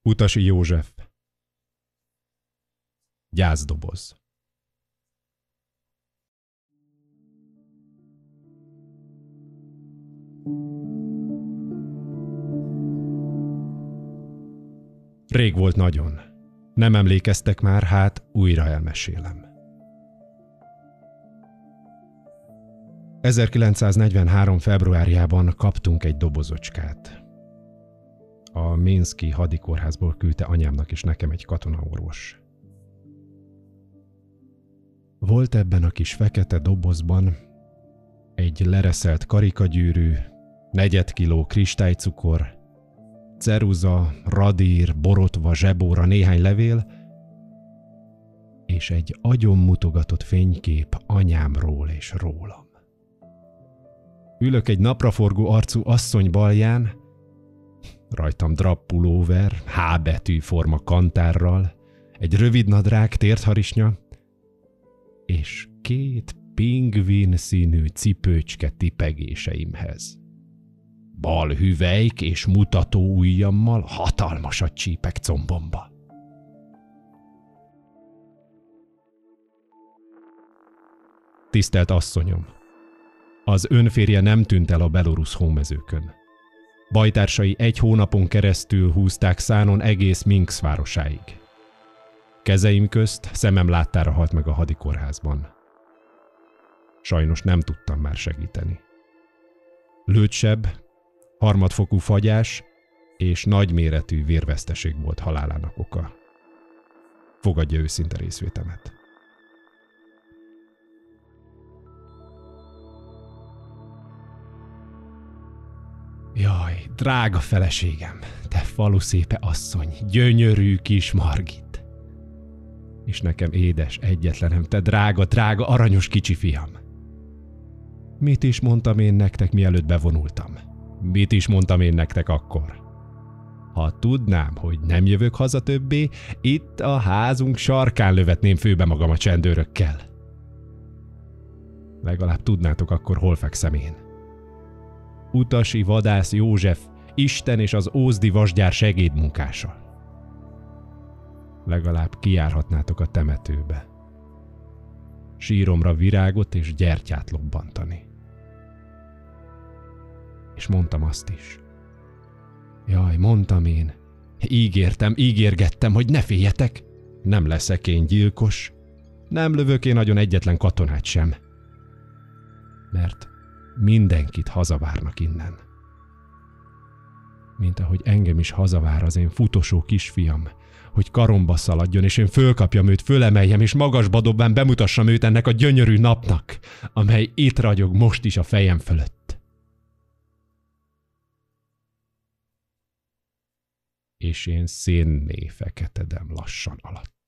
Utasi József. Gyászdoboz. Rég volt nagyon. Nem emlékeztek már, hát újra elmesélem. 1943. februárjában kaptunk egy dobozocskát. A Minszki hadikórházból küldte anyámnak és nekem egy katonaorvos. Volt ebben a kis fekete dobozban egy lereszelt karikagyűrű, 4 kiló kristálycukor, ceruza, radír, borotva, zsebóra, néhány levél, és egy agyonmutogatott fénykép anyámról és rólam. Ülök egy napraforgó arcú asszony balján, rajtam drappulóver, H betű forma kantárral, egy rövidnadrág tértharisnya, és 2 pingvin színű cipőcske tipegéseimhez. Bal hüvelyk és mutató ujjammal hatalmasat csípek combomba. Tisztelt asszonyom! Az önférje nem tűnt el a belorusz hómezőkön. Bajtársai 1 hónapon keresztül húzták szánon egész Minszk városáig. Kezeim közt szemem láttára halt meg a hadikórházban. Sajnos nem tudtam már segíteni. Lőttseb, harmadfokú fagyás és nagyméretű vérveszteség volt halálának oka. Fogadja őszinte részvétemet. Jaj, drága feleségem, te faluszépe asszony, gyönyörű kis Margit. És nekem édes egyetlenem, te drága, drága, aranyos kicsi fiam. Mit is mondtam én nektek, mielőtt bevonultam? Mit is mondtam én nektek akkor? Ha tudnám, hogy nem jövök haza többé, itt a házunk sarkán lövetném főbe magam a csendőrökkel. Legalább tudnátok akkor, hol fekszem én. Utasi vadász József, Isten és az ózdi vasgyár segédmunkása. Legalább kijárhatnátok a temetőbe. Síromra virágot és gyertyát lobbantani. És mondtam azt is. Jaj, mondtam én. Ígérgettem, hogy ne féljetek. Nem leszek én gyilkos. Nem lövök én nagyon egyetlen katonát sem. Mert mindenkit hazavárnak innen. Mint ahogy engem is hazavár az én futosó kisfiam, hogy karomba szaladjon, és én fölkapjam őt, fölemeljem, és magasba dobván bemutassam őt ennek a gyönyörű napnak, amely itt ragyog most is a fejem fölött. És én szénné feketedem lassan alatt.